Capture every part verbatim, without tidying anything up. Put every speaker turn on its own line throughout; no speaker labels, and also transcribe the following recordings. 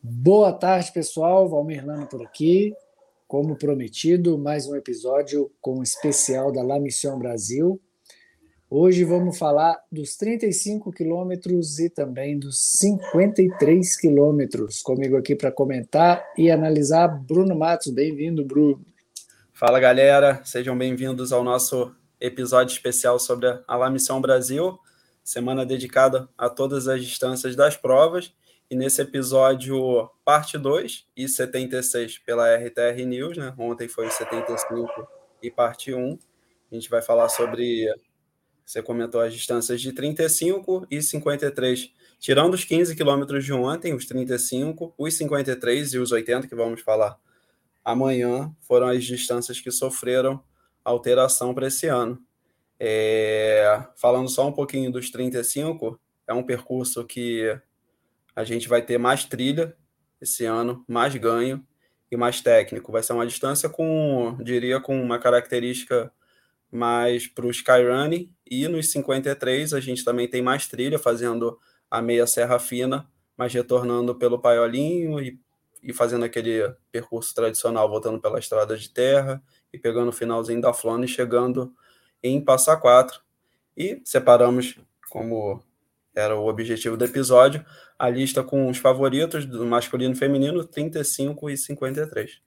Boa tarde, pessoal. Valmir Lano por aqui. Como prometido, mais um episódio com um especial da La Mission Brasil. Hoje vamos falar dos trinta e cinco quilômetros e também dos cinquenta e três quilômetros. Comigo aqui para comentar e analisar, Bruno Matos. Bem-vindo, Bruno.
Fala, galera. Sejam bem-vindos ao nosso episódio especial sobre a La Mission Brasil, semana dedicada a todas as distâncias das provas. E nesse episódio, parte dois e setenta e seis pela R T R News, né? Ontem foi setenta e cinco e parte um. A gente vai falar sobre, você comentou, as distâncias de trinta e cinco e cinquenta e três. Tirando os quinze quilômetros de ontem, os trinta e cinco, os cinquenta e três e os oitenta, que vamos falar amanhã, foram as distâncias que sofreram alteração para esse ano. É... Falando só um pouquinho dos trinta e cinco, é um percurso que a gente vai ter mais trilha esse ano, mais ganho e mais técnico. Vai ser uma distância com, diria, com uma característica mais para o skyrunning. E nos cinquenta e três a gente também tem mais trilha, fazendo a meia serra fina, mas retornando pelo Paiolinho e, e fazendo aquele percurso tradicional, voltando pela estrada de terra e pegando o finalzinho da Flona e chegando em Passa Quatro. E separamos, como era o objetivo do episódio, a lista com os favoritos do masculino e feminino, trinta e cinco e cinquenta e três.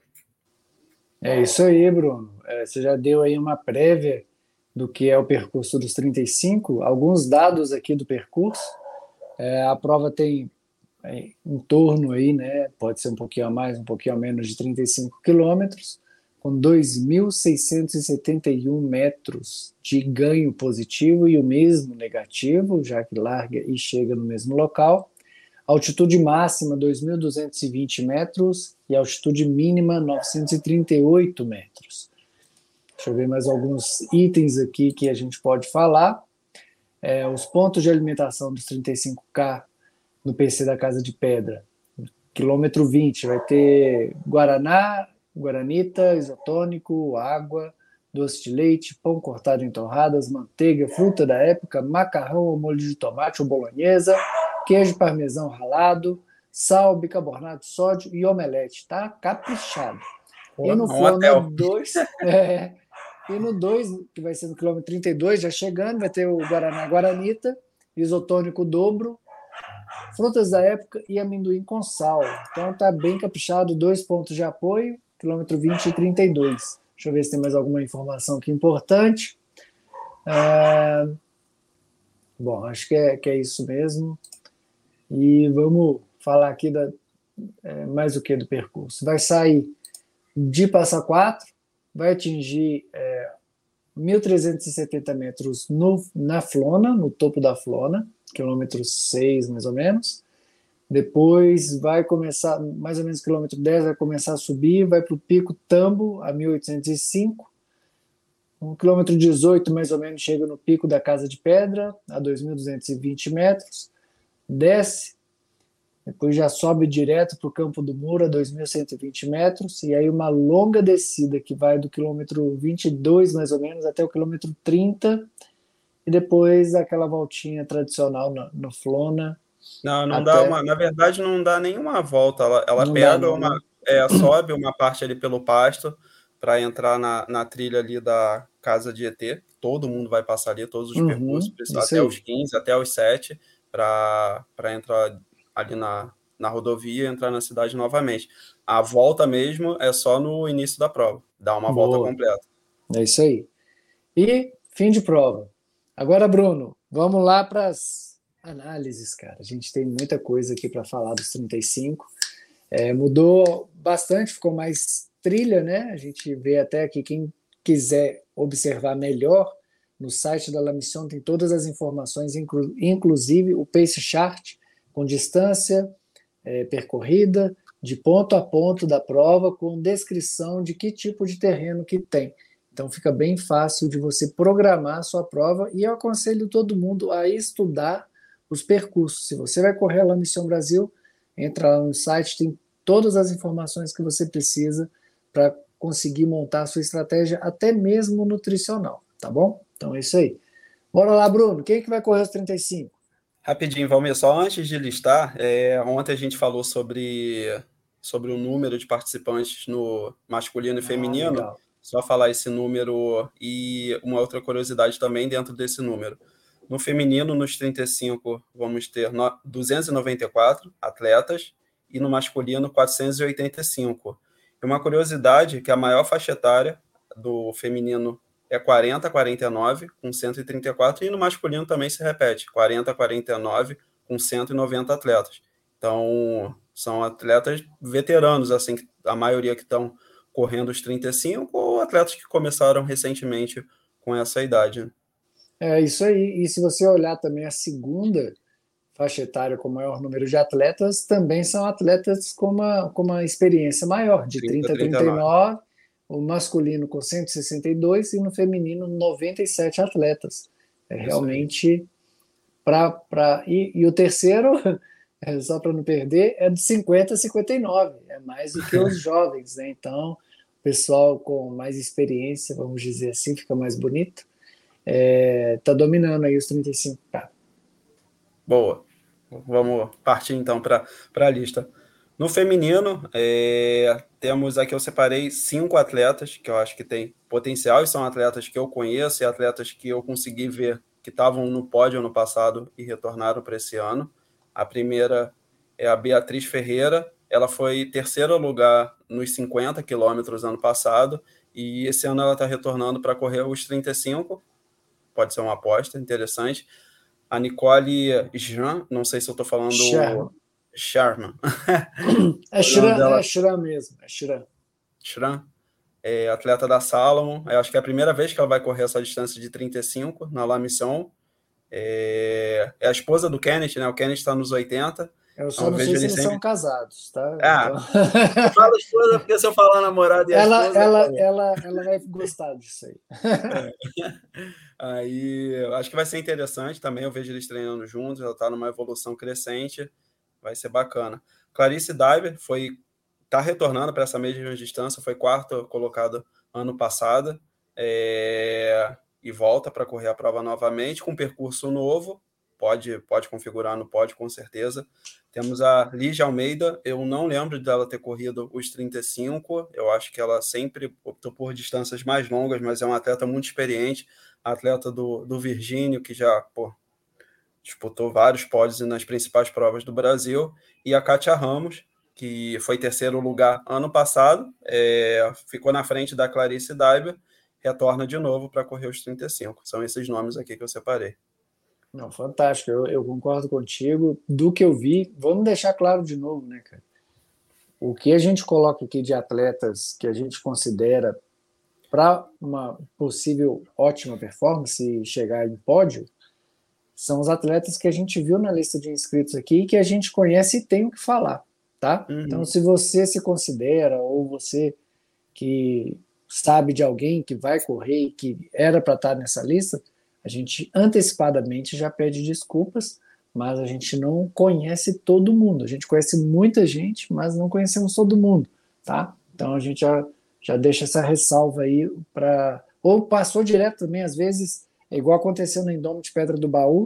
É isso aí, Bruno. É, você já deu aí uma prévia do que é o percurso dos trinta e cinco, alguns dados aqui do percurso. É, a prova tem é, em torno aí, né, pode ser um pouquinho a mais, um pouquinho a menos de trinta e cinco quilômetros, com dois mil seiscentos e setenta e um metros de ganho positivo e o mesmo negativo, já que larga e chega no mesmo local. Altitude máxima dois mil duzentos e vinte metros e altitude mínima novecentos e trinta e oito metros. Deixa eu ver mais alguns itens aqui que a gente pode falar. É, os pontos de alimentação dos trinta e cinco K no P C da Casa de Pedra. Quilômetro vinte vai ter Guaraná, Guaranita, isotônico, água, doce de leite, pão cortado em torradas, manteiga, fruta da época, macarrão ou molho de tomate ou bolonhesa, queijo parmesão ralado, sal, bicarbonato de sódio e omelete, tá? Caprichado. Pô, e no Flona dois, é, e no dois, que vai ser no quilômetro trinta e dois, já chegando, vai ter o Guaraná Guaranita, isotônico dobro, frutas da época e amendoim com sal. Então tá bem caprichado, dois pontos de apoio, quilômetro vinte e trinta e dois. Deixa eu ver se tem mais alguma informação aqui importante. É... Bom, acho que é, que é isso mesmo. E vamos falar aqui da, é, mais o que do percurso. Vai sair de Passa Quatro, vai atingir é, mil trezentos e setenta metros no, na Flona, no topo da Flona, quilômetro seis mais ou menos. Depois vai começar, mais ou menos quilômetro dez, vai começar a subir, vai para o Pico Tambo, a mil oitocentos e cinco. No quilômetro dezoito, mais ou menos, chega no Pico da Casa de Pedra, a dois mil duzentos e vinte metros. Desce, depois já sobe direto para o Campo do Muro, a dois mil cento e vinte metros, e aí uma longa descida que vai do quilômetro vinte e dois, mais ou menos, até o quilômetro trinta, e depois aquela voltinha tradicional no, no Flona.
Não, não até... dá uma, na verdade não dá nenhuma volta, ela, ela
não
pega
dá, não,
uma,
né?
é, sobe uma parte ali pelo pasto para entrar na, na trilha ali da Casa de E T, todo mundo vai passar ali, todos os
uhum,
percursos, até
aí.
os quinze, até os sete, para entrar ali na, na rodovia e entrar na cidade novamente. A volta mesmo é só no início da prova, dá uma
Boa.
volta completa.
É isso aí. E fim de prova. Agora, Bruno, vamos lá para as análises, cara. A gente tem muita coisa aqui para falar dos trinta e cinco. É, mudou bastante, ficou mais trilha, né? A gente vê até aqui, quem quiser observar melhor, no site da La Mission tem todas as informações, inclu inclusive o Pace Chart, com distância é, percorrida, de ponto a ponto da prova, com descrição de que tipo de terreno que tem. Então fica bem fácil de você programar a sua prova e eu aconselho todo mundo a estudar os percursos. Se você vai correr a La Mission Brasil, entra lá no site, tem todas as informações que você precisa para conseguir montar a sua estratégia, até mesmo nutricional, tá bom? Então é isso aí. Bora lá, Bruno. Quem é que vai correr os trinta e cinco?
Rapidinho, Valmir, só antes de listar, é, ontem a gente falou sobre, sobre o número de participantes no masculino e
Ah,
feminino,
legal.
só falar esse número e uma outra curiosidade também dentro desse número. No feminino, nos trinta e cinco, vamos ter no- duzentos e noventa e quatro atletas e no masculino, quatrocentos e oitenta e cinco. E uma curiosidade é que a maior faixa etária do feminino é quarenta a quarenta e nove, com cento e trinta e quatro, e no masculino também se repete, quarenta a quarenta e nove, com cento e noventa atletas. Então, são atletas veteranos, assim, a maioria que estão correndo os trinta e cinco, ou atletas que começaram recentemente com essa idade, né?
É isso aí. E se você olhar também a segunda faixa etária com maior número de atletas, também são atletas com uma, com uma experiência maior, de
trinta a
trinta a
trinta e
trinta e
nove.
nove, o masculino com cento e sessenta e dois e no feminino noventa e sete atletas. É
Isso aí.
realmente para. Pra, e, e o terceiro, é, só para não perder, é de cinquenta a cinquenta e nove, é mais do que os jovens, né? Então, o pessoal com mais experiência, vamos dizer assim, fica mais bonito, está dominando aí os trinta e cinco K.
Boa. Vamos partir então para a lista. No feminino, é, temos aqui, eu separei cinco atletas que eu acho que têm potencial, e são atletas que eu conheço e atletas que eu consegui ver que estavam no pódio ano passado e retornaram para esse ano. A primeira é a Beatriz Ferreira, ela foi terceiro lugar nos cinquenta quilômetros ano passado, e esse ano ela está retornando para correr os trinta e cinco, pode ser uma aposta interessante. A Nicole Jean, não sei se eu estou falando
Sherman.
Sharma.
É
O nome
Shran,
dela
é Shran mesmo, é Shran.
Shran, é atleta da Salomon. Eu acho que é a primeira vez que ela vai correr essa distância de trinta e cinco na La Mission. É, é a esposa do Kenneth, né? O Kenneth está nos oitenta.
Eu
Então
só
eu
não
vejo
sei se
ele
eles são
sempre.
casados, tá?
Ah,
Então,
eu falo esposa porque se eu falar namorado e a
ela,
esposa.
ela, ela, ela vai gostar disso aí.
É. Aí eu acho que vai ser interessante também. Eu vejo eles treinando juntos, ela está numa evolução crescente, vai ser bacana. Clarice Diver foi está retornando para essa mesma distância, foi quarta colocada ano passado, é, e volta para correr a prova novamente com um percurso novo, pode, pode configurar no pódio com certeza. Temos a Lígia Almeida, eu não lembro dela ter corrido os trinta e cinco, eu acho que ela sempre optou por distâncias mais longas, mas é uma atleta muito experiente, atleta do, do Virgínio, que já pô, disputou vários pódios nas principais provas do Brasil, e a Kátia Ramos, que foi terceiro lugar ano passado, é, ficou na frente da Clarice Daiber, retorna de novo para correr os trinta e cinco. São esses nomes aqui que eu separei.
Não, fantástico, eu, eu concordo contigo. Do que eu vi, vamos deixar claro de novo, né, cara? O que a gente coloca aqui de atletas que a gente considera para uma possível ótima performance e chegar em pódio, são os atletas que a gente viu na lista de inscritos aqui e que a gente conhece e tem o que falar, tá? Então,
Uhum.
se você se considera ou você que sabe de alguém que vai correr e que era para estar nessa lista, a gente antecipadamente já pede desculpas, mas a gente não conhece todo mundo. A gente conhece muita gente, mas não conhecemos todo mundo, tá? Então a gente já, já deixa essa ressalva aí para. Ou passou direto também, às vezes, é igual aconteceu no Indômito de Pedra do Baú,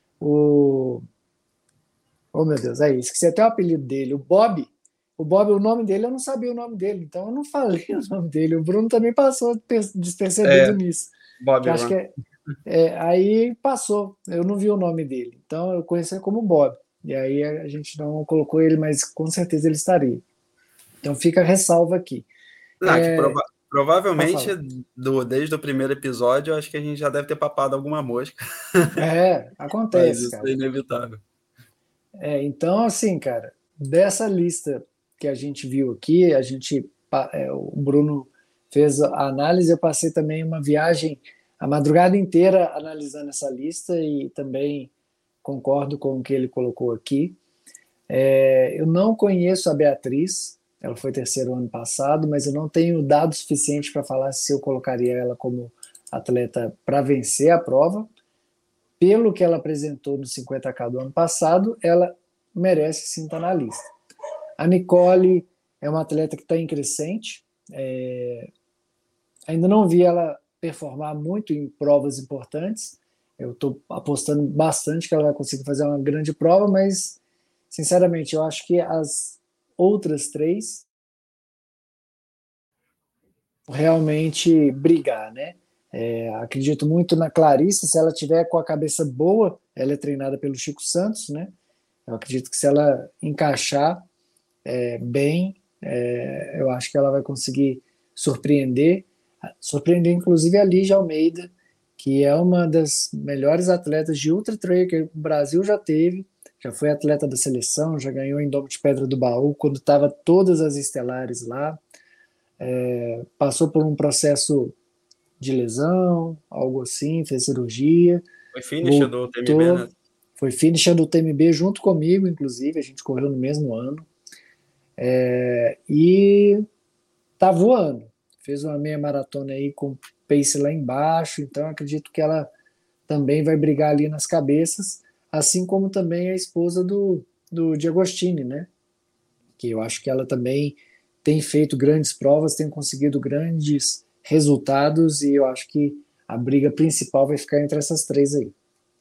o. Oh, meu Deus, aí, esqueci até o apelido dele, o Bob. O Bob, o nome dele, eu não sabia o nome dele, então eu não falei o nome dele. O Bruno também passou despercebido
É,
nisso.
Bob
Que acho que
Run.
é, é, aí passou, eu não vi o nome dele. Então eu conheci ele como Bob. E aí a gente não colocou ele, mas com certeza ele estaria. Então fica a ressalva aqui.
Não, que
É,
prova
pode
provavelmente,
falar.
do, desde o primeiro episódio, eu acho que a gente já deve ter papado alguma mosca,
É,
mas
acontece,
isso é
cara.
inevitável.
É, então, assim, cara, dessa lista que a gente viu aqui, a gente, é, o Bruno fez a análise, eu passei também uma viagem a madrugada inteira analisando essa lista e também concordo com o que ele colocou aqui. É, eu não conheço a Beatriz, ela foi terceiro ano passado, mas eu não tenho dado suficiente para falar se eu colocaria ela como atleta para vencer a prova. Pelo que ela apresentou no cinquenta K do ano passado, ela merece sim estar na lista. A Nicole é uma atleta que está em crescente, é, ainda não vi ela performar muito em provas importantes, Eu estou apostando bastante que ela vai conseguir fazer uma grande prova, mas, sinceramente, eu acho que as outras três realmente brigar, né? É, acredito muito na Clarice, se ela tiver com a cabeça boa, ela é treinada pelo Chico Santos, né? Eu acredito que se ela encaixar é, bem, é, eu acho que ela vai conseguir surpreender, surpreender inclusive a Lígia Almeida, que é uma das melhores atletas de ultra trail que o Brasil já teve, já foi atleta da seleção, já ganhou em Domo de Pedra do Baú, quando estava todas as estelares lá, é, passou por um processo de lesão, algo assim, fez cirurgia,
Foi finish do T M B, né?
voltou, foi finisher do T M B junto comigo, inclusive, a gente correu no mesmo ano, é, e tá voando. Fez uma meia maratona aí com pace lá embaixo, então acredito que ela também vai brigar ali nas cabeças, assim como também a esposa do, do Diagostini, né? Que eu acho que ela também tem feito grandes provas, tem conseguido grandes resultados e eu acho que a briga principal vai ficar entre essas três aí.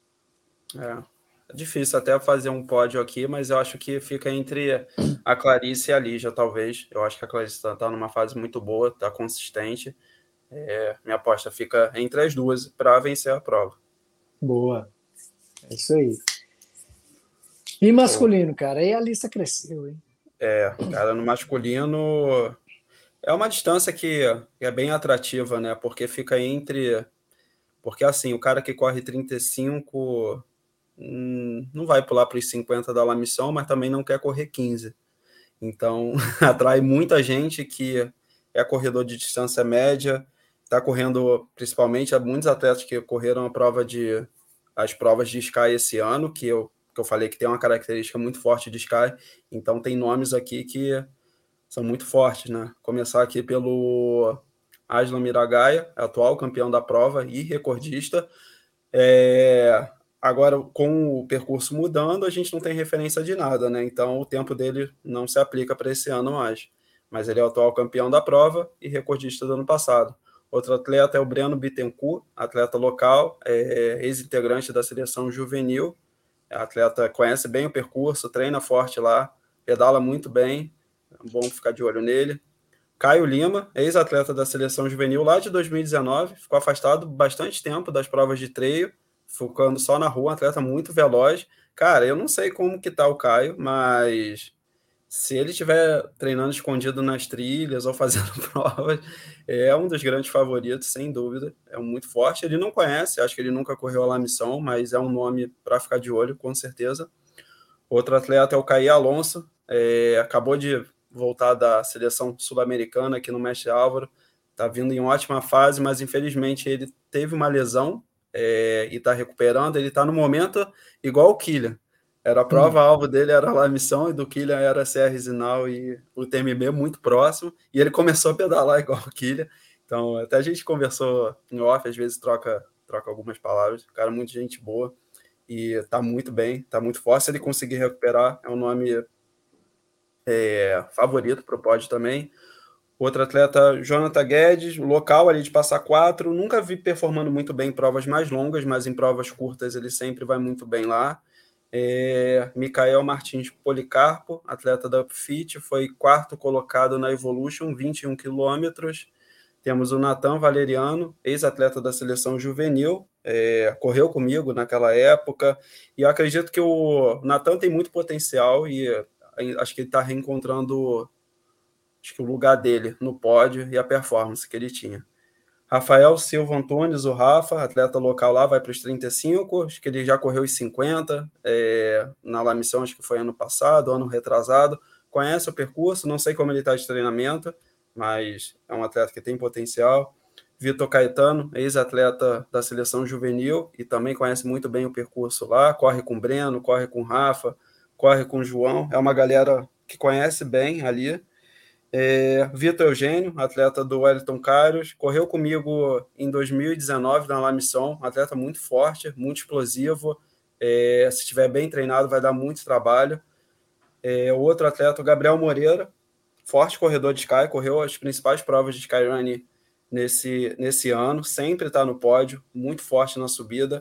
É. É difícil até fazer um pódio aqui, mas eu acho que fica entre a Clarice e a Lígia, talvez. Eu acho que a Clarice está tá numa fase muito boa, está consistente. É, minha aposta fica entre as duas para vencer a prova.
Boa, é isso aí. E masculino, cara, aí a lista cresceu, hein?
É, cara, no masculino é uma distância que é bem atrativa, né? Porque fica entre. Porque assim, o cara que corre trinta e cinco hum, não vai pular para os cinquenta da La Mission, mas também não quer correr quinze. Então, atrai muita gente que é corredor de distância média, está correndo, principalmente, há muitos atletas que correram a prova de, as provas de Sky esse ano, que eu, que eu falei que tem uma característica muito forte de Sky, então tem nomes aqui que são muito fortes, né? Começar aqui pelo Aslan Miragaia, atual campeão da prova e recordista. É, agora, com o percurso mudando, a gente não tem referência de nada, né? Então, o tempo dele não se aplica para esse ano mais. Mas ele é o atual campeão da prova e recordista do ano passado. Outro atleta é o Breno Bittencourt, atleta local, é, ex-integrante da seleção juvenil. É atleta conhece bem o percurso, treina forte lá, pedala muito bem. É bom ficar de olho nele. Caio Lima, ex-atleta da seleção juvenil lá de dois mil e dezenove, ficou afastado bastante tempo das provas de treino, focando só na rua, um atleta muito veloz. Cara, eu não sei como que tá o Caio, mas se ele estiver treinando escondido nas trilhas ou fazendo provas, é um dos grandes favoritos, sem dúvida. É muito forte. Ele não conhece, acho que ele nunca correu a La Mission, mas é um nome para ficar de olho, com certeza. Outro atleta é o Caí Alonso, é, acabou de voltar da seleção sul-americana aqui no Mestre Álvaro, está vindo em ótima fase, mas infelizmente ele teve uma lesão é, e está recuperando. Ele está no momento igual o Kylian. Era a
Hum.
prova-alvo dele, era lá a missão, e do Kylian era C R Zinal e o T M B muito próximo, e ele começou a pedalar igual o Kylian. Então, até a gente conversou em off, às vezes troca, troca algumas palavras. Cara, muita gente boa e tá muito bem, tá muito forte. Se ele conseguir recuperar, é um nome é, favorito para o pódio também. Outro atleta, Jonathan Guedes, local ali de Passa Quatro. Nunca vi performando muito bem em provas mais longas, mas em provas curtas ele sempre vai muito bem lá. É, Micael Martins Policarpo, atleta da Upfit, foi quarto colocado na Evolution, vinte e um quilômetros. Temos o Natan Valeriano, ex-atleta da seleção juvenil, é, correu comigo naquela época, e eu acredito que o Natan tem muito potencial e é, acho que ele está reencontrando acho que o lugar dele no pódio e a performance que ele tinha. Rafael Silva Antunes, o Rafa, atleta local lá, vai para os trinta e cinco, acho que ele já correu os cinquenta, é, na La Mission, acho que foi ano passado, ano retrasado, conhece o percurso, não sei como ele está de treinamento, mas é um atleta que tem potencial. Vitor Caetano, ex-atleta da seleção juvenil e também conhece muito bem o percurso lá, corre com o Breno, corre com o Rafa, corre com o João, é uma galera que conhece bem ali. É, Vitor Eugênio, atleta do Wellington Kairos, correu comigo em dois mil e dezenove na La Mission, atleta muito forte, muito explosivo, é, se estiver bem treinado vai dar muito trabalho. É, outro atleta, o Gabriel Moreira, forte corredor de Sky, correu as principais provas de Skyrunning nesse, nesse ano, sempre está no pódio, muito forte na subida.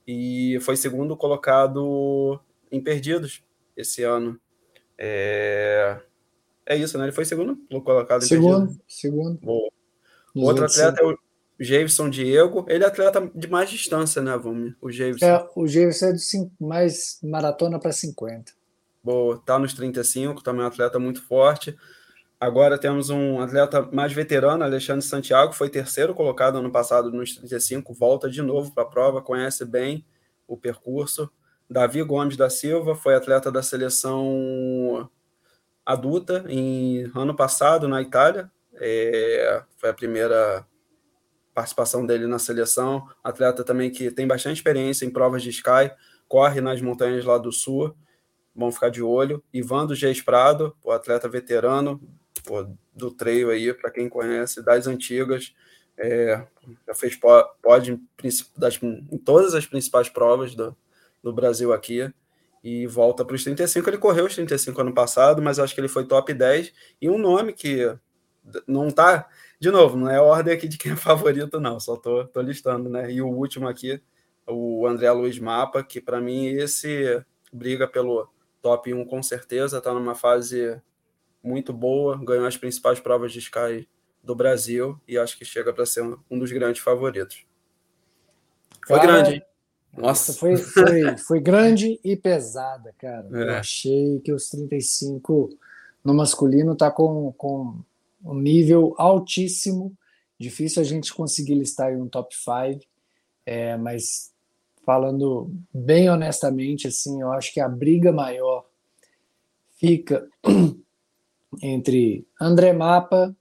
e foi segundo colocado em perdidos esse ano. É, é isso, né? Ele foi segundo colocado em perdidos.
Segundo, segundo.
Boa.
Nos
Outro atleta
vinte e cinco.
é o Jason Diego. Ele é atleta de mais distância, né, Vamos? O Jason.
É, o Jason é de cinco, mais maratona para cinquenta.
Boa, tá nos trinta e cinco, também é um atleta muito forte. Agora temos um atleta mais veterano, Alexandre Santiago, foi terceiro colocado ano passado nos trinta e cinco, volta de novo para a prova, conhece bem o percurso. Davi Gomes da Silva foi atleta da seleção adulta em ano passado na Itália, é, foi a primeira participação dele na seleção, atleta também que tem bastante experiência em provas de Sky, corre nas montanhas lá do sul, vão ficar de olho. Ivan do Geis Prado, o atleta veterano, pô, do trail aí, para quem conhece, das antigas, é, já fez pódio em, em todas as principais provas do, do Brasil aqui, e volta para os trinta e cinco. Ele correu os trinta e cinco ano passado, mas acho que ele foi top dez, e um nome que não tá, de novo, não é a ordem aqui de quem é favorito, não, só tô, tô listando, né? E o último aqui, o André Luiz Mapa, que para mim esse briga pelo top um com certeza, está numa fase muito boa, ganhou as principais provas de Sky do Brasil e acho que chega para ser um dos grandes favoritos. Foi
Cara,
grande, hein?
Nossa.
Nossa.
Foi, foi, foi grande e pesada, cara.
É.
Eu achei que os trinta e cinco no masculino tá com, com um nível altíssimo. Difícil a gente conseguir listar em um top cinco, é, mas falando bem honestamente, assim, eu acho que a briga maior fica entre André Mapa,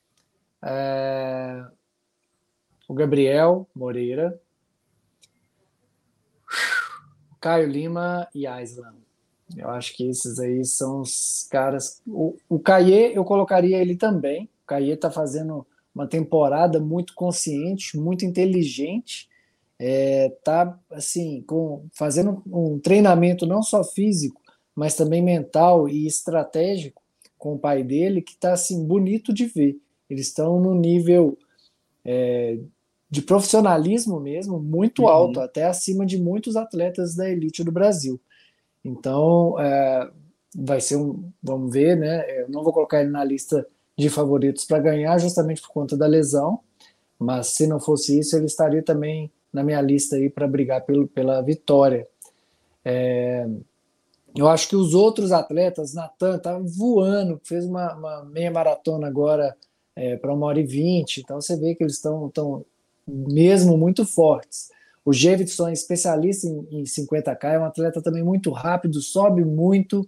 é, o Gabriel Moreira, Caio Lima e Aislan. Eu acho que esses aí são os caras. O, o Caê, eu colocaria ele também. O Caê está fazendo uma temporada muito consciente, muito inteligente. É, tá assim, com, fazendo um treinamento não só físico, mas também mental e estratégico com o pai dele, que está assim, bonito de ver. Eles estão no nível é, de profissionalismo mesmo, muito
Uhum.
alto, até acima de muitos atletas da elite do Brasil. Então, é, vai ser um. Vamos ver, né? Eu não vou colocar ele na lista de favoritos para ganhar, justamente por conta da lesão, mas se não fosse isso, ele estaria também na minha lista aí para brigar pelo, pela vitória. É, eu acho que os outros atletas, Natan tá voando, fez uma, uma meia maratona agora é, para uma hora e vinte, então você vê que eles estão tão mesmo muito fortes. O Jevitson é especialista em, em cinquenta K, é um atleta também muito rápido, sobe muito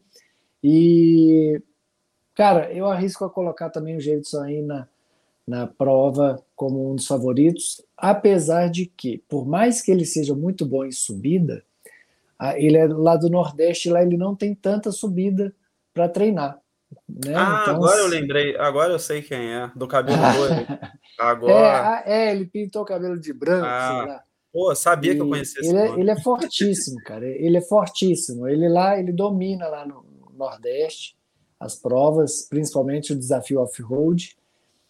e, cara, eu arrisco a colocar também o Jevitson aí na, na prova como um dos favoritos, apesar de que, por mais que ele seja muito bom em subida, ele é lá do Nordeste, lá ele não tem tanta subida para treinar. Né?
Ah,
então,
agora eu lembrei, agora eu sei quem é, do cabelo loiro.
É,
Agora.
é, ele pintou o cabelo de branco, sei
Ah,
lá.
pô, sabia que eu
E
conhecia esse
ele é,
nome.
ele é fortíssimo, cara. Ele é fortíssimo. Ele lá, ele domina lá no Nordeste as provas, principalmente o desafio off-road.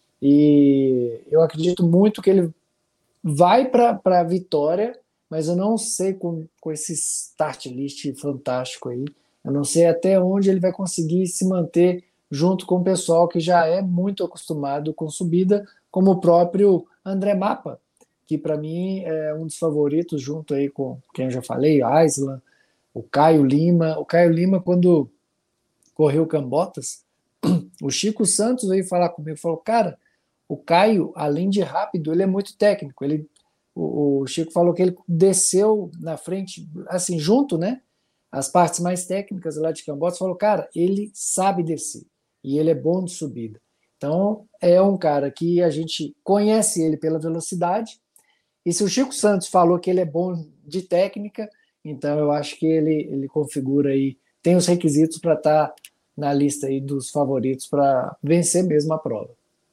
E eu acredito muito que ele vai para a vitória, mas eu não sei com, com esse start list fantástico aí. Eu não sei até onde ele vai conseguir se manter junto com o pessoal que já é muito acostumado com subida, como o próprio André Mapa, que para mim é um dos favoritos, junto aí com quem eu já falei, Aislan, o Caio Lima. O Caio Lima, quando correu Cambotas, o Chico Santos veio falar comigo, falou, cara, o Caio, além de rápido, ele é muito técnico. Ele, o, o Chico falou que ele desceu na frente, assim, junto, né? As partes mais técnicas lá de Cambotas, falou, cara, ele sabe descer e ele é bom de subida. Então, é um cara que a gente conhece ele pela velocidade, e se o Chico Santos falou que ele é bom de técnica, então eu acho que ele, ele configura aí, tem os requisitos para estar na lista aí dos favoritos para vencer mesmo a prova.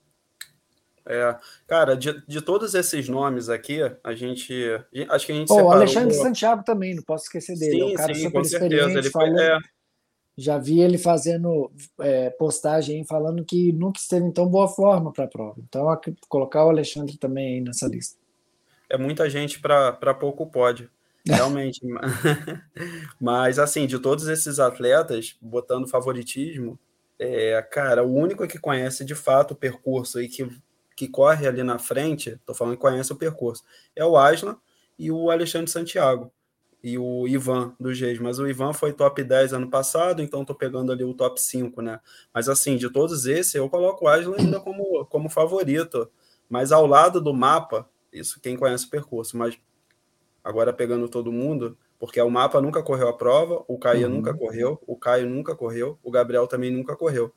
É, cara, de, de todos esses nomes aqui, a gente, acho que a gente
oh,
separou...
O Alexandre Santiago também, não posso esquecer dele,
sim,
é um cara
sim,
super
com certeza.
experiente,
Ele foi,
falou,
é,
já vi ele fazendo é, postagem falando que nunca esteve em tão boa forma para a prova, então colocar o Alexandre também aí nessa lista.
É muita gente para pouco pódio. realmente. Mas, assim, de todos esses atletas, botando favoritismo, é, cara, o único que conhece de fato o percurso e que, que corre ali na frente, tô falando que conhece o percurso, é o Aslan e o Alexandre Santiago e o Ivan do Geis. Mas o Ivan foi top dez ano passado, então tô pegando ali o top cinco, né? Mas, assim, de todos esses, eu coloco o Aslan ainda como, como favorito. Mas ao lado do mapa, isso quem conhece o percurso, mas agora pegando todo mundo, porque o Mapa nunca correu a prova, o Caia nunca
Uhum.
correu, o Caio nunca correu, o Gabriel também nunca correu.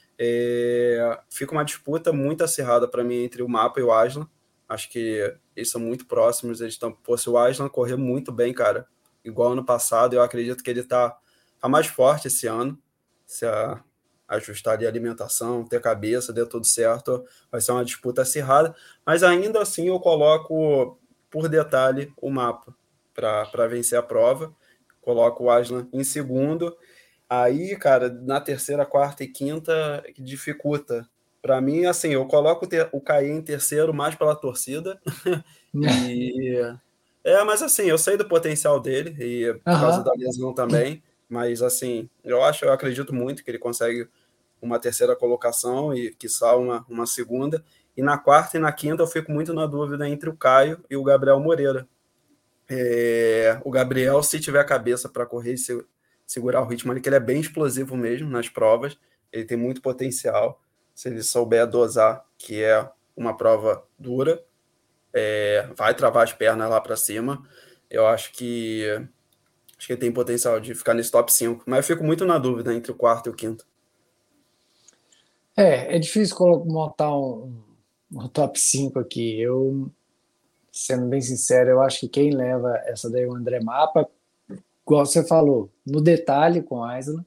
É, fica uma disputa muito acirrada para mim entre o Mapa e o Aslan. Acho que eles são muito próximos. Eles estão, pô, se o Aslan correr muito bem, cara, igual ano passado, eu acredito que ele tá, tá mais forte esse ano. Se a, ajustar ali a alimentação, ter cabeça, dê tudo certo, vai ser uma disputa acirrada. Mas ainda assim eu coloco por detalhe o Mapa para vencer a prova. Coloco o Aslan em segundo. Aí, cara, na terceira, quarta e quinta, dificulta. Para mim, assim, eu coloco o Caê em terceiro mais pela torcida. E é, mas assim, eu sei do potencial dele e por causa
Aham.
da lesão também. Mas assim, eu acho, eu acredito muito que ele consegue uma terceira colocação e quiçá uma, uma segunda. E na quarta e na quinta eu fico muito na dúvida entre o Caio e o Gabriel Moreira. É, o Gabriel, se tiver a cabeça para correr e se, segurar o ritmo ali, que ele é bem explosivo mesmo nas provas, ele tem muito potencial. Se ele souber dosar, que é uma prova dura, é, vai travar as pernas lá para cima. Eu acho que acho que ele tem potencial de ficar nesse top cinco, mas eu fico muito na dúvida entre o quarto e o quinto.
É, é difícil colo- montar um, um top cinco aqui. Eu, sendo bem sincero, eu acho que quem leva essa daí é o André Mapa, igual você falou, no detalhe com a Isla.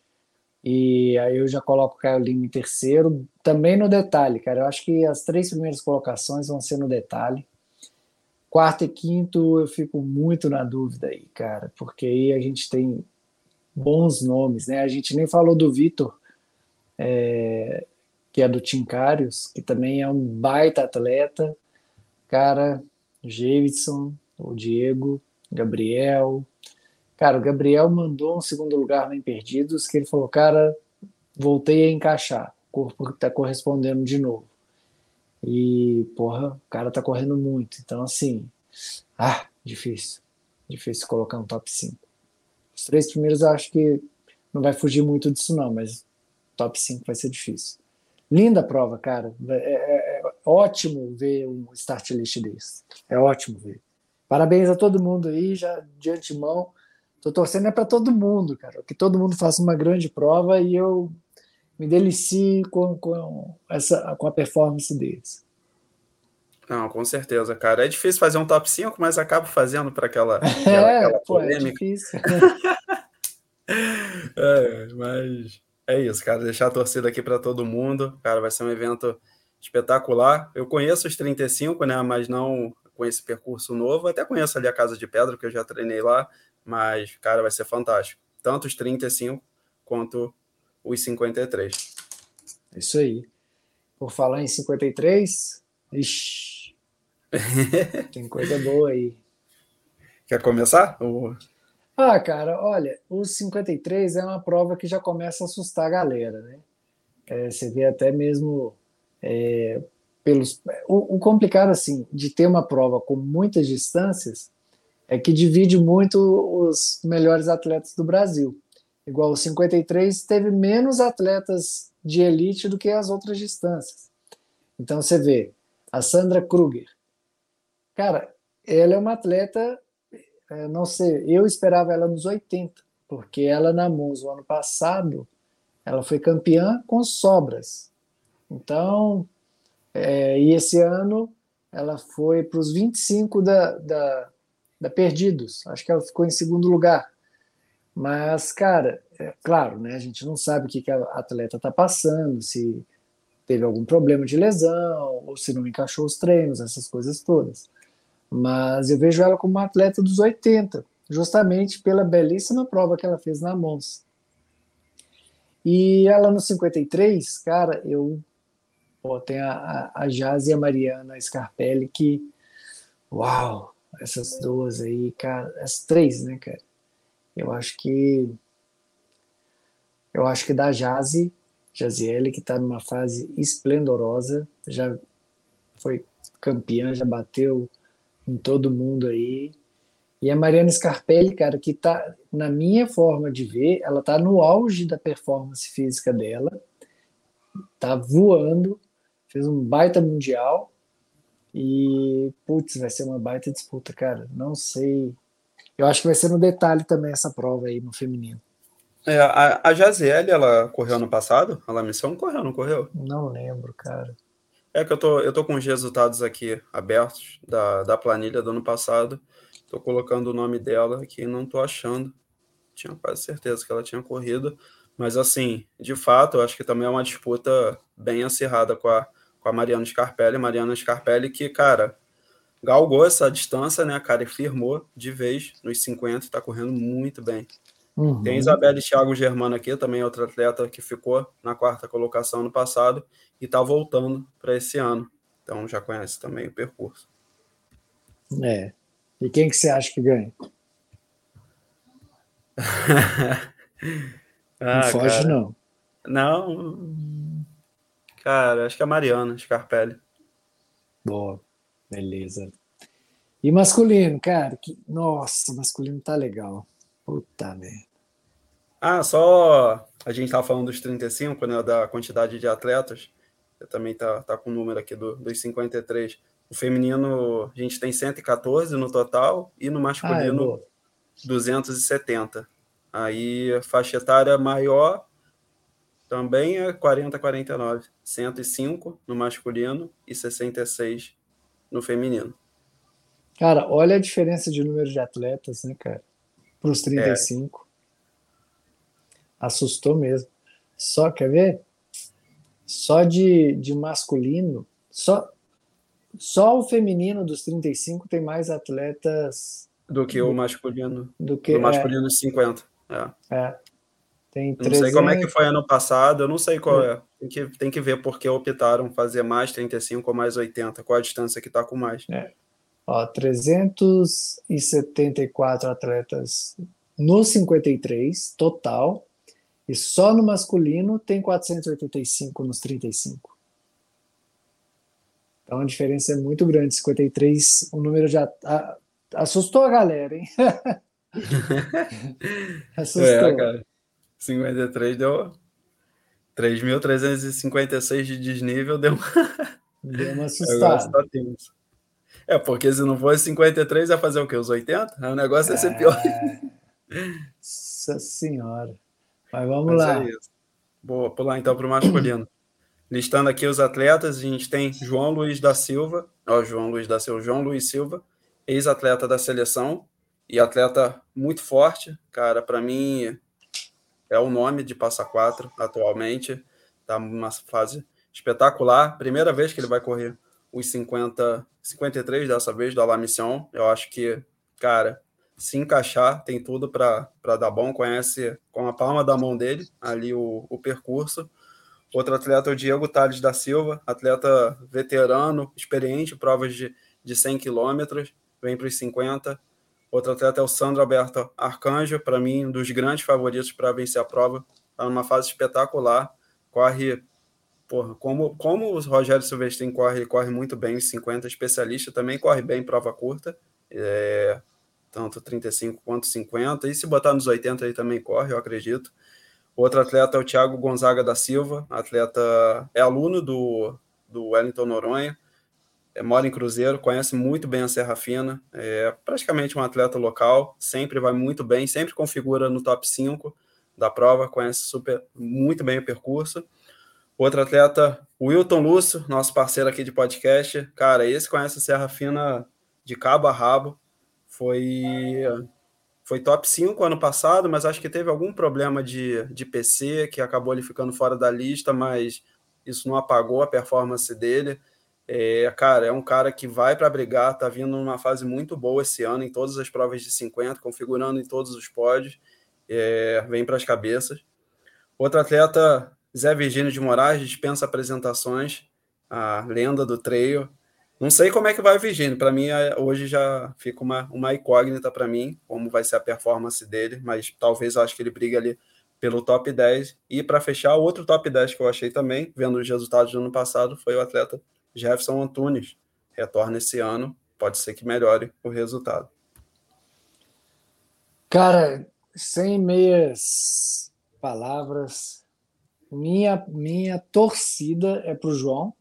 E aí eu já coloco o Caio Lima em terceiro, também no detalhe, cara. Eu acho que as três primeiras colocações vão ser no detalhe. Quarto e quinto eu fico muito na dúvida aí, cara, porque aí a gente tem bons nomes, né? A gente nem falou do Vitor, que é do Tincários, que também é um baita atleta. Cara, Javidson, o Diego, Gabriel. Cara, o Gabriel mandou um segundo lugar no Impedidos, que ele falou, cara, voltei a encaixar, o corpo tá correspondendo de novo. E, porra, o cara tá correndo muito. Então, assim, ah, difícil. Difícil colocar um top cinco. Os três primeiros eu acho que não vai fugir muito disso, não, mas top cinco vai ser difícil. Linda prova, cara. É, é- é ótimo ver um start list desse. É ótimo ver. Parabéns a todo mundo aí, já de antemão. Tô torcendo é para todo mundo, cara. Que todo mundo faça uma grande prova e eu me delicie com, com, essa, com a performance deles.
Não, com certeza, cara. É difícil fazer um top cinco, mas acabo fazendo para aquela, aquela,
É,
aquela
pô, é
polêmica.
difícil.
É, mas é isso, cara. Deixar a torcida aqui para todo mundo. Cara, vai ser um evento espetacular. Eu conheço os trinta e cinco, né? Mas não conheço percurso novo. Até conheço ali a Casa de Pedra, que eu já treinei lá. Mas, cara, vai ser fantástico. Tanto os trinta e cinco quanto os cinquenta e três.
É isso aí. Por falar em cinquenta e três, ixi, tem coisa boa aí.
Quer começar? Ou-
Ah, cara, olha, o cinquenta e três é uma prova que já começa a assustar a galera, né? É, você vê até mesmo é, pelos. O, o complicado, assim, de ter uma prova com muitas distâncias é que divide muito os melhores atletas do Brasil. Igual o cinquenta e três teve menos atletas de elite do que as outras distâncias. Então você vê a Sandra Kruger. Cara, ela é uma atleta, é, não sei, eu esperava ela nos oitenta, porque ela na Monza, o ano passado, ela foi campeã com sobras. Então, é, e esse ano ela foi para os vinte e cinco da, da, da Perdidos. Acho que ela ficou em segundo lugar. Mas, cara, é claro, né? A gente não sabe o que, que a atleta está passando, se teve algum problema de lesão, ou se não encaixou os treinos, essas coisas todas. Mas eu vejo ela como uma atleta dos oitenta, justamente pela belíssima prova que ela fez na Mons. E ela no cinquenta e três, cara, eu pô, tem a, a, a Jazz e a Mariana Scarpelli que, uau! essas duas aí, cara, as três, né, cara? Eu acho que eu acho que da Jazzy, Jaziele, que tá numa fase esplendorosa, já foi campeã, já bateu em todo mundo aí. E a Mariana Scarpelli, cara, que tá, na minha forma de ver, ela tá no auge da performance física dela, tá voando, fez um baita mundial e, putz, vai ser uma baita disputa, cara. Não sei. Eu acho que vai ser no detalhe também essa prova aí no feminino.
É, a, a Jaziele, ela correu ano passado? A La Mission correu, não correu?
Não lembro, cara.
É que eu tô, eu tô com os resultados aqui abertos da, da planilha do ano passado. Tô colocando o nome dela aqui e não tô achando. Tinha quase certeza que ela tinha corrido. Mas, assim, de fato, eu acho que também é uma disputa bem acirrada com a, com a Mariana Scarpelli. Mariana Scarpelli que, cara, galgou essa distância, né, cara, e firmou de vez nos cinquenta, tá correndo muito bem. Tem a
Uhum.
Isabelle Thiago Germano aqui, também outra atleta que ficou na quarta colocação no passado e está voltando para esse ano. Então já conhece também o percurso.
É. E quem que você acha que ganha? Não
Ah,
foge,
cara.
não.
Não, cara, acho que é a Mariana Scarpelli.
Boa. Beleza. E masculino, cara, que... nossa, masculino tá legal. Puta merda.
Ah, só a gente estava falando dos trinta e cinco, né, da quantidade de atletas. Eu também tá, tá com o número aqui do, dos cinquenta e três. O feminino, a gente tem cento e quatorze no total e no
Ah, é
masculino
boa.
duzentos e setenta. Aí a faixa etária maior também é quarenta a quarenta e nove. cento e cinco no masculino e sessenta e seis no feminino.
Cara, olha a diferença de número de atletas, né, cara? Para os trinta e
É,
cinco. Assustou mesmo. Só, quer ver? Só de, de masculino, só, só o feminino dos trinta e cinco tem mais atletas
do que o
do,
masculino.
do que.
Do
É,
masculino cinquenta. É.
é, tem
Eu não sei como é que
trezentos.
foi ano passado, eu não sei qual é. Tem que, tem que ver porque optaram fazer mais trinta e cinco ou mais oitenta. Qual a distância que está com mais.
É, ó, trezentos e setenta e quatro atletas no cinquenta e três total, e só no masculino tem quatrocentos e oitenta e cinco nos trinta e cinco. Então a diferença é muito grande. cinquenta e três, o número já a- assustou a galera, hein?
É,
Assustou.
cara. cinquenta e três deu três mil trezentos e cinquenta e seis de desnível, deu.
Deu uma
O negócio
assustada.
tá tenso. É, porque se não fosse cinquenta e três, ia fazer o quê? Os oitenta? O negócio ia ser pior.
É, nossa senhora. Mas vamos
Mas é
lá.
isso. Vou pular então para o masculino. Listando aqui os atletas, a gente tem João Luiz da Silva, ó, João Luiz da Silva, João Luiz Silva, ex-atleta da seleção e atleta muito forte, cara, para mim é o nome de Passa Quatro atualmente, tá numa fase espetacular, primeira vez que ele vai correr os cinquenta, cinquenta e três dessa vez da La Mission, eu acho que, cara, se encaixar, tem tudo para dar bom, conhece com a palma da mão dele ali o, o percurso. Outro atleta é o Diego Tales da Silva, atleta veterano, experiente, provas de, de cem quilômetros, vem para os cinquenta. Outro atleta é o Sandro Alberto Arcanjo, para mim, um dos grandes favoritos para vencer a prova. Está numa fase espetacular, corre, porra, como, como o Rogério Silvestrin corre, ele corre muito bem os cinquenta, especialista, também corre bem em prova curta, é, tanto trinta e cinco quanto cinquenta, e se botar nos oitenta ele também corre, eu acredito. Outro atleta é o Thiago Gonzaga da Silva, atleta é aluno do, do Wellington Noronha, é, mora em Cruzeiro, conhece muito bem a Serra Fina, é praticamente um atleta local, sempre vai muito bem, sempre configura no top cinco da prova, conhece super, muito bem o percurso. Outro atleta, o Wilton Lúcio, nosso parceiro aqui de podcast, cara, esse conhece a Serra Fina de cabo a rabo, foi foi top cinco ano passado, mas acho que teve algum problema de, de P C, que acabou ele ficando fora da lista, mas isso não apagou a performance dele. É, cara, é um cara que vai para brigar, tá vindo numa fase muito boa esse ano, em todas as provas de cinquenta, configurando em todos os pódios, é, vem para as cabeças. Outro atleta, Zé Virgínio de Moraes, dispensa apresentações, a lenda do trail, Não sei como é que vai vir, Virgínia. Para mim, hoje já fica uma, uma incógnita para mim, como vai ser a performance dele, mas talvez eu acho que ele brigue ali pelo top dez. E para fechar, outro top dez que eu achei também, vendo os resultados do ano passado, foi o atleta Jefferson Antunes. Retorna esse ano, pode ser que melhore o resultado.
Cara, sem meias palavras, minha, minha torcida é pro João.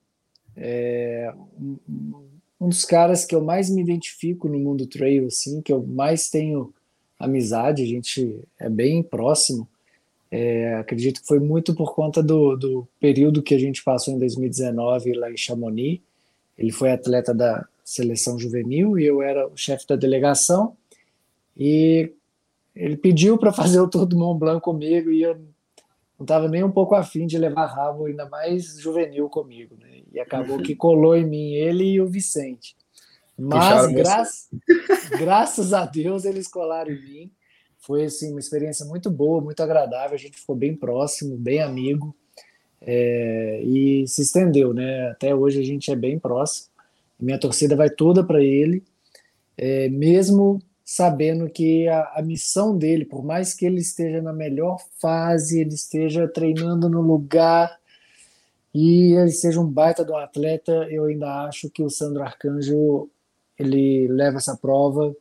É um, um dos caras que eu mais me identifico no mundo trail, assim, que eu mais tenho amizade, a gente é bem próximo. É, acredito que foi muito por conta do, do período que a gente passou em dois mil e dezenove lá em Chamonix. Ele foi atleta da seleção juvenil e eu era o chefe da delegação. E ele pediu para fazer o Tour do Mont Blanc comigo e eu não estava nem um pouco afim de levar rabo, ainda mais juvenil comigo, né? E acabou que colou em mim ele e o Vicente. Mas, gra graças a Deus, eles colaram em mim. Foi assim, uma experiência muito boa, muito agradável. A gente ficou bem próximo, bem amigo. É, e se estendeu, né? Até hoje a gente é bem próximo. Minha torcida vai toda para ele, é, mesmo sabendo que a, a missão dele, por mais que ele esteja na melhor fase, ele esteja treinando no lugar e ele seja um baita de um atleta, eu ainda acho que o Sandro Arcanjo ele leva essa prova,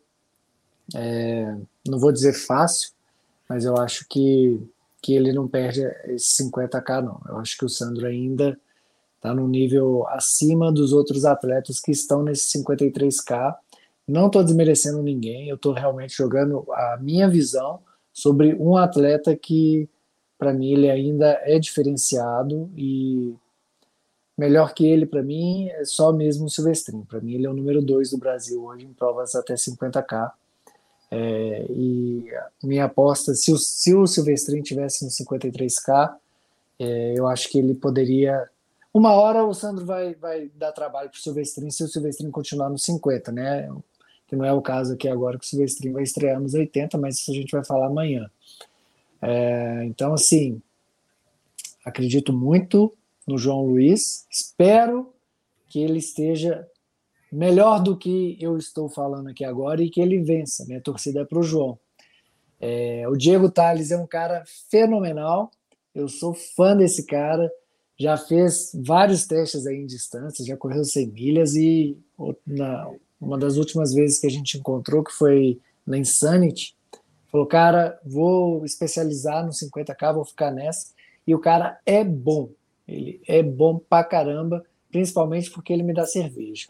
é, não vou dizer fácil, mas eu acho que, que ele não perde esses cinquenta K não. Eu acho que o Sandro ainda está num nível acima dos outros atletas que estão nesse cinquenta e três K. Não estou desmerecendo ninguém, eu estou realmente jogando a minha visão sobre um atleta que, para mim, ele ainda é diferenciado e melhor que ele, para mim, é só mesmo o Silvestrinho. Para mim, ele é o número dois do Brasil hoje em provas até cinquenta K. É, e minha aposta, se o, se o Silvestrinho tivesse no cinquenta e três K, é, eu acho que ele poderia... Uma hora o Sandro vai, vai dar trabalho para o Silvestrinho se o Silvestrinho continuar no cinquenta, né? Que não é o caso aqui agora, que o Silvestrinho vai estrear nos oitenta, mas isso a gente vai falar amanhã. É, então, assim, acredito muito no João Luiz, espero que ele esteja melhor do que eu estou falando aqui agora e que ele vença. Minha torcida é para o João. É, o Diego Tales é um cara fenomenal, eu sou fã desse cara, já fez vários testes aí em distância, já correu cem milhas e na, uma das últimas vezes que a gente encontrou, que foi na Insanity, falou, cara, vou especializar no cinquenta K, vou ficar nessa. E o cara é bom, ele é bom pra caramba, principalmente porque ele me dá cerveja.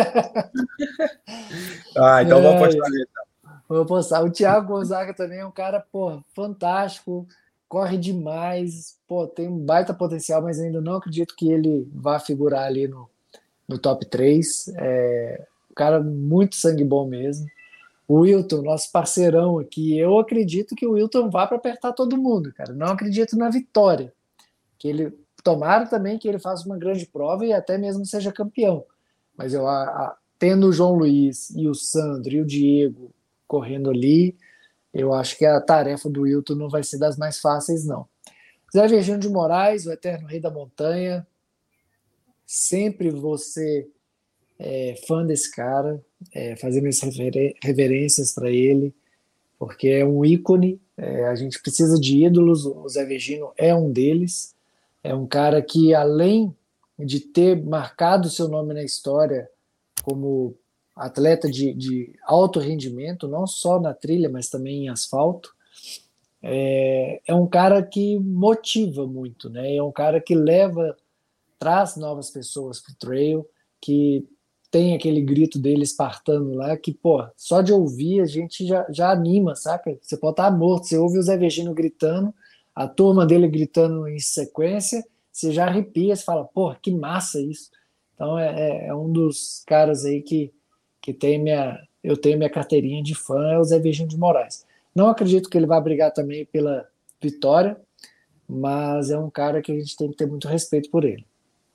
Ah, então é, vou apostar nele.
Vou apostar. O Thiago Gonzaga também é um cara, pô, fantástico, corre demais, pô, tem um baita potencial, mas ainda não acredito que ele vá figurar ali no, no top três. É um cara muito sangue bom mesmo. O Wilton, nosso parceirão aqui, eu acredito que o Wilton vá para apertar todo mundo, cara. Não acredito na vitória. Que ele tomara também que ele faça uma grande prova e até mesmo seja campeão. Mas eu a, a, tendo o João Luiz e o Sandro e o Diego correndo ali, eu acho que a tarefa do Wilton não vai ser das mais fáceis, não. Zé Virgínio de Moraes, o eterno rei da montanha, sempre você é fã desse cara, é, fazendo as reverências para ele, porque é um ícone, é, a gente precisa de ídolos, o Zé Virgínio é um deles, é um cara que, além de ter marcado seu nome na história como atleta de, de alto rendimento, não só na trilha, mas também em asfalto, é, é um cara que motiva muito, né? É um cara que leva, traz novas pessoas para o trail, que tem aquele grito dele espartano lá, que, pô, só de ouvir a gente já, já anima, saca? Você pode estar morto, você ouve o Zé Virgínio gritando, a turma dele gritando em sequência, você já arrepia, você fala, pô, que massa isso. Então é, é, é um dos caras aí que, que tem minha, eu tenho minha carteirinha de fã, é o Zé Virgínio de Moraes. Não acredito que ele vai brigar também pela vitória, mas é um cara que a gente tem que ter muito respeito por ele.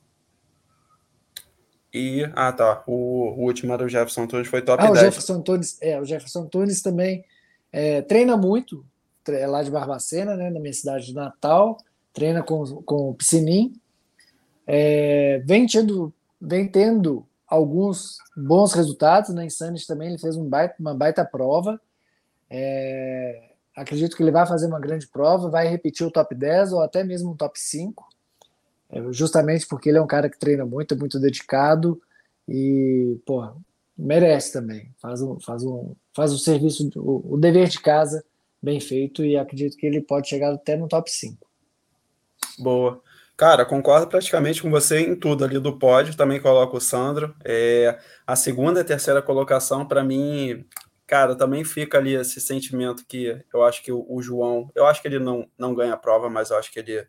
E, ah tá, o, o último era o Jefferson Antunes, foi top
ah,
dez.
O Jefferson Antunes, é, o Jefferson Antunes também é, treina muito, é lá de Barbacena, né, na minha cidade de Natal, treina com, com o Piscinim, é, vem, tendo, vem tendo alguns bons resultados. Na Insanity também ele fez um baita, uma baita prova. É, acredito que ele vai fazer uma grande prova, vai repetir o top dez ou até mesmo um top cinco, é, justamente porque ele é um cara que treina muito, é muito dedicado e, pô, merece também. Faz um, faz um, faz o serviço, o, o dever de casa bem feito, e acredito que ele pode chegar até no top cinco.
Boa. Cara, concordo praticamente com você em tudo ali do pódio, também coloco o Sandro. É, a segunda e terceira colocação, para mim, cara, também fica ali esse sentimento que eu acho que o, o João, eu acho que ele não, não ganha a prova, mas eu acho que ele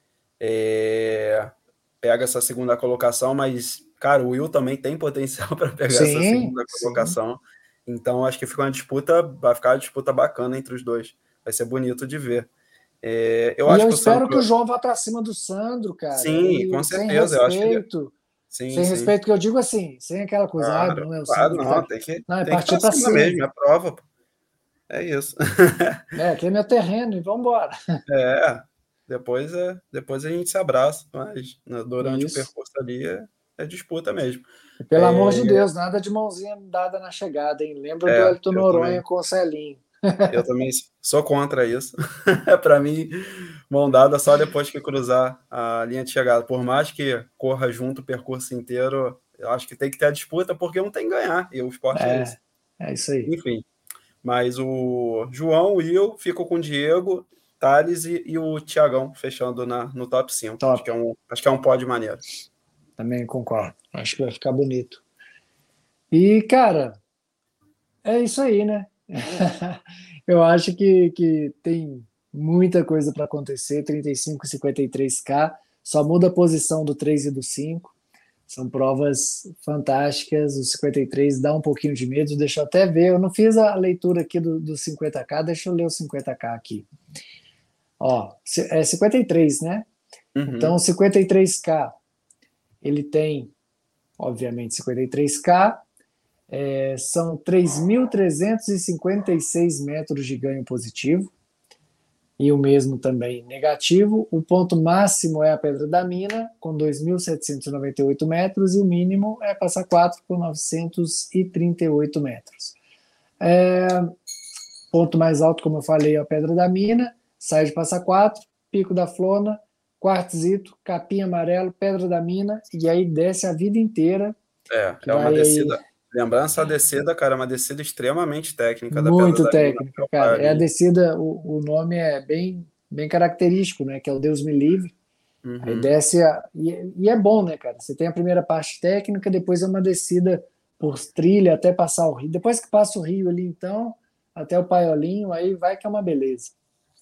é, pega essa segunda colocação, mas, cara, o Will também tem potencial para pegar essa
Sim,
segunda
sim.
colocação, então acho que fica uma disputa, vai ficar uma disputa bacana entre os dois, vai ser bonito de ver. É, eu
E
acho
eu
que o
espero que o
Sandro,
João vá para cima do Sandro, cara.
sim, com
E sem
certeza, eu acho que ele,
respeito,
sim,
sem
sim.
respeito que eu digo assim, sem aquela coisa, ah,
Claro,
não é o
claro,
Sandro que tá
não,
aqui.
tem que,
Não, é
tem que ir
partir
pra
para
cima
cima.
mesmo, é prova, pô. É isso.
É, aqui é meu terreno e vamos embora.
É, depois, é, depois a gente se abraça, mas né, durante o
Isso.
percurso ali é, é disputa mesmo.
E pelo amor de Deus, nada de mãozinha dada na chegada, hein? Lembra do
É,
Elton
eu
Noronha
também,
com o Celinho.
eu também sou contra isso. Para mim, mão dada só depois que cruzar a linha de chegada. Por mais que corra junto o percurso inteiro, eu acho que tem que ter a disputa porque um tem que ganhar, e o esporte é esse.
É, é isso aí.
Enfim. Mas o João, o Will, ficou com o Diego, Thales e, e o Thiagão fechando na, no top cinco. Acho
Top.
que é um, acho que é um pódio maneiro.
Também concordo. Acho que vai ficar bonito. E, cara, é isso aí, né? Eu acho que, que tem muita coisa para acontecer. trinta e cinco e cinquenta e três K, só muda a posição do três e do cinco. São provas fantásticas. O cinquenta e três dá um pouquinho de medo. Deixa eu até ver. Eu não fiz a leitura aqui do, do cinquenta K. Deixa eu ler o cinquenta K aqui. Ó, é cinquenta e três, né? Então,
Uhum.
o cinquenta e três K, ele tem, obviamente, cinquenta e três K. É, são três mil trezentos e cinquenta e seis metros de ganho positivo. E o mesmo também negativo. O ponto máximo é a Pedra da Mina, com dois mil setecentos e noventa e oito metros, e o mínimo é Passa Quatro, com novecentos e trinta e oito metros. É, ponto mais alto, como eu falei, é a Pedra da Mina, sai de Passa Quatro, Pico da Flona, Quartzito, Capim Amarelo, Pedra da Mina, e aí desce a vida inteira,
É,
que
é uma
vai aí
descida. Lembrando, essa descida, cara, é uma descida extremamente técnica da Pedra
muito
da Mina
técnica,
até o
cara. É a
Paiolinho.
descida, o, o nome é bem, bem característico, né? Que é o Deus me livre. Aí
Uhum.
desce a, e, e é bom, né, cara? Você tem a primeira parte técnica, depois é uma descida por trilha até passar o rio. Depois que passa o rio ali, então, até o Paiolinho, aí vai que é uma beleza.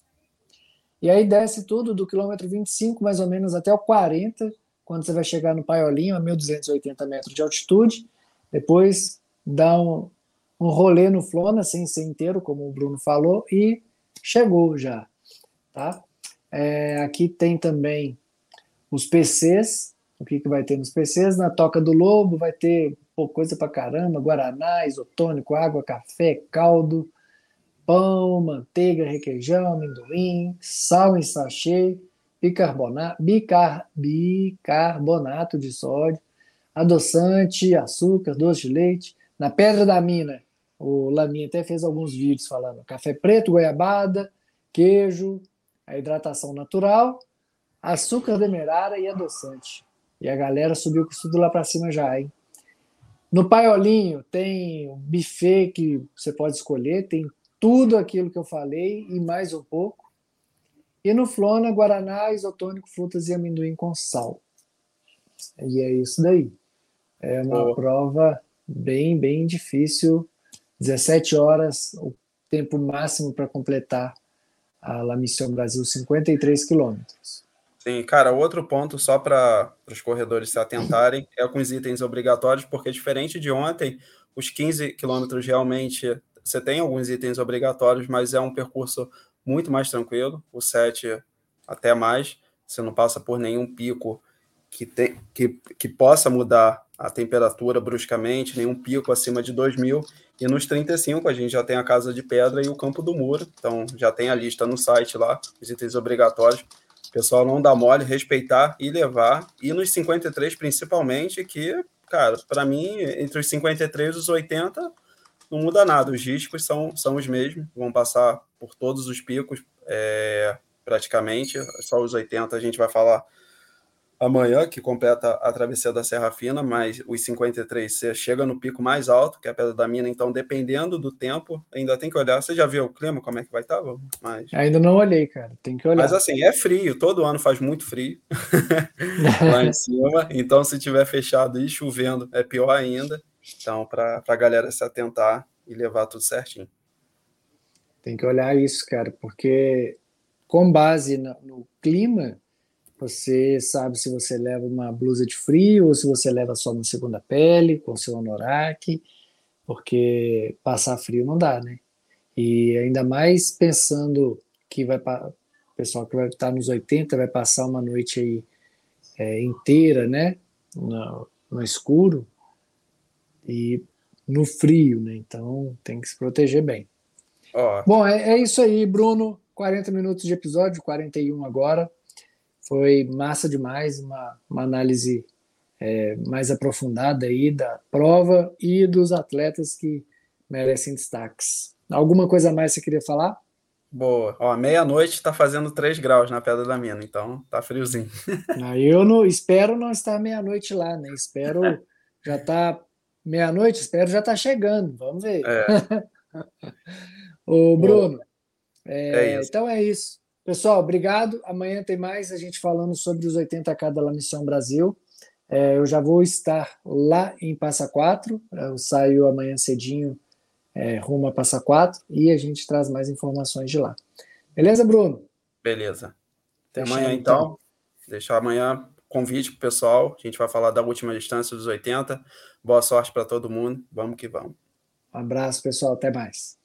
E aí desce tudo do quilômetro vinte e cinco, mais ou menos, até o quarenta, quando você vai chegar no Paiolinho, a mil duzentos e oitenta metros de altitude. Depois dá um, um rolê no Flona, sem ser inteiro, como o Bruno falou, e chegou já. Tá? É, aqui tem também os P Cs. O que, que vai ter nos P Cs? Na Toca do Lobo vai ter pô, coisa pra caramba: guaraná, isotônico, água, café, caldo, pão, manteiga, requeijão, amendoim, sal em sachê, bicarbonato, bicar, bicarbonato de sódio, adoçante, açúcar, doce de leite. Na Pedra da Mina, o Laminha até fez alguns vídeos falando café preto, goiabada, queijo, a hidratação natural, açúcar demerara e adoçante. E a galera subiu com isso tudo lá para cima já, hein? No Paiolinho tem um buffet que você pode escolher, tem tudo aquilo que eu falei e mais um pouco. E no Flona, guaraná, isotônico, frutas e amendoim com sal. E é isso daí. É uma
Boa.
prova bem, bem difícil. dezessete horas, o tempo máximo para completar a La Mission Brasil, cinquenta e três quilômetros.
Sim, cara, outro ponto só para os corredores se atentarem é com os itens obrigatórios, porque diferente de ontem, os quinze quilômetros realmente você tem alguns itens obrigatórios, mas é um percurso muito mais tranquilo, o sete até mais, você não passa por nenhum pico que, tem, que, que possa mudar a temperatura bruscamente, nenhum pico acima de dois mil, e nos trinta e cinco a gente já tem a Casa de Pedra e o Campo do Muro, então já tem a lista no site lá, os itens obrigatórios. O pessoal não dá mole, respeitar e levar. E nos cinquenta e três, principalmente, que, cara, para mim, entre os cinquenta e três e os oitenta, não muda nada. Os riscos são, são os mesmos, vão passar por todos os picos, é, praticamente. Só os oitenta a gente vai falar amanhã, que completa a travessia da Serra Fina, mas os cinquenta e três você chega no pico mais alto, que é a Pedra da Mina, então dependendo do tempo, ainda tem que olhar. Você já viu o clima, como é que vai estar? Mas...
Ainda não olhei, cara, tem que olhar.
Mas assim, é frio, todo ano faz muito frio lá em cima, então se tiver fechado e chovendo é pior ainda, então para a galera se atentar e levar tudo certinho.
Tem que olhar isso, cara, porque com base no, no clima, você sabe se você leva uma blusa de frio ou se você leva só uma segunda pele, com seu anorak, porque passar frio não dá, né? E ainda mais pensando que vai o pessoal que vai estar nos oitenta vai passar uma noite aí é, inteira, né? No, no escuro e no frio, né? Então tem que se proteger bem.
Ó,
Bom, é, é isso aí, Bruno. quarenta minutos de episódio, quarenta e um agora. Foi massa demais, uma, uma análise é, mais aprofundada aí da prova e dos atletas que merecem destaques. Alguma coisa mais você queria falar?
boa. Ó, meia-noite está fazendo três graus na Pedra da Mina, então tá friozinho.
Ah, eu não espero não estar meia-noite lá, né? Espero já tá meia-noite, espero já tá chegando. Vamos ver.
É,
Ô,
boa.
Bruno,
É
é,
isso.
então é isso. Pessoal, obrigado. Amanhã tem mais a gente falando sobre os oitenta K da La Missão Brasil. É, eu já vou estar lá em Passa Quatro. Eu saio amanhã cedinho é, rumo a Passa Quatro e a gente traz mais informações de lá. Beleza, Bruno?
Beleza. Até amanhã,
Fechado então.
então. Deixar amanhã convite pro pessoal. A gente vai falar da última distância dos oitenta. Boa sorte para todo mundo. Vamos que vamos.
Um abraço, pessoal. Até mais.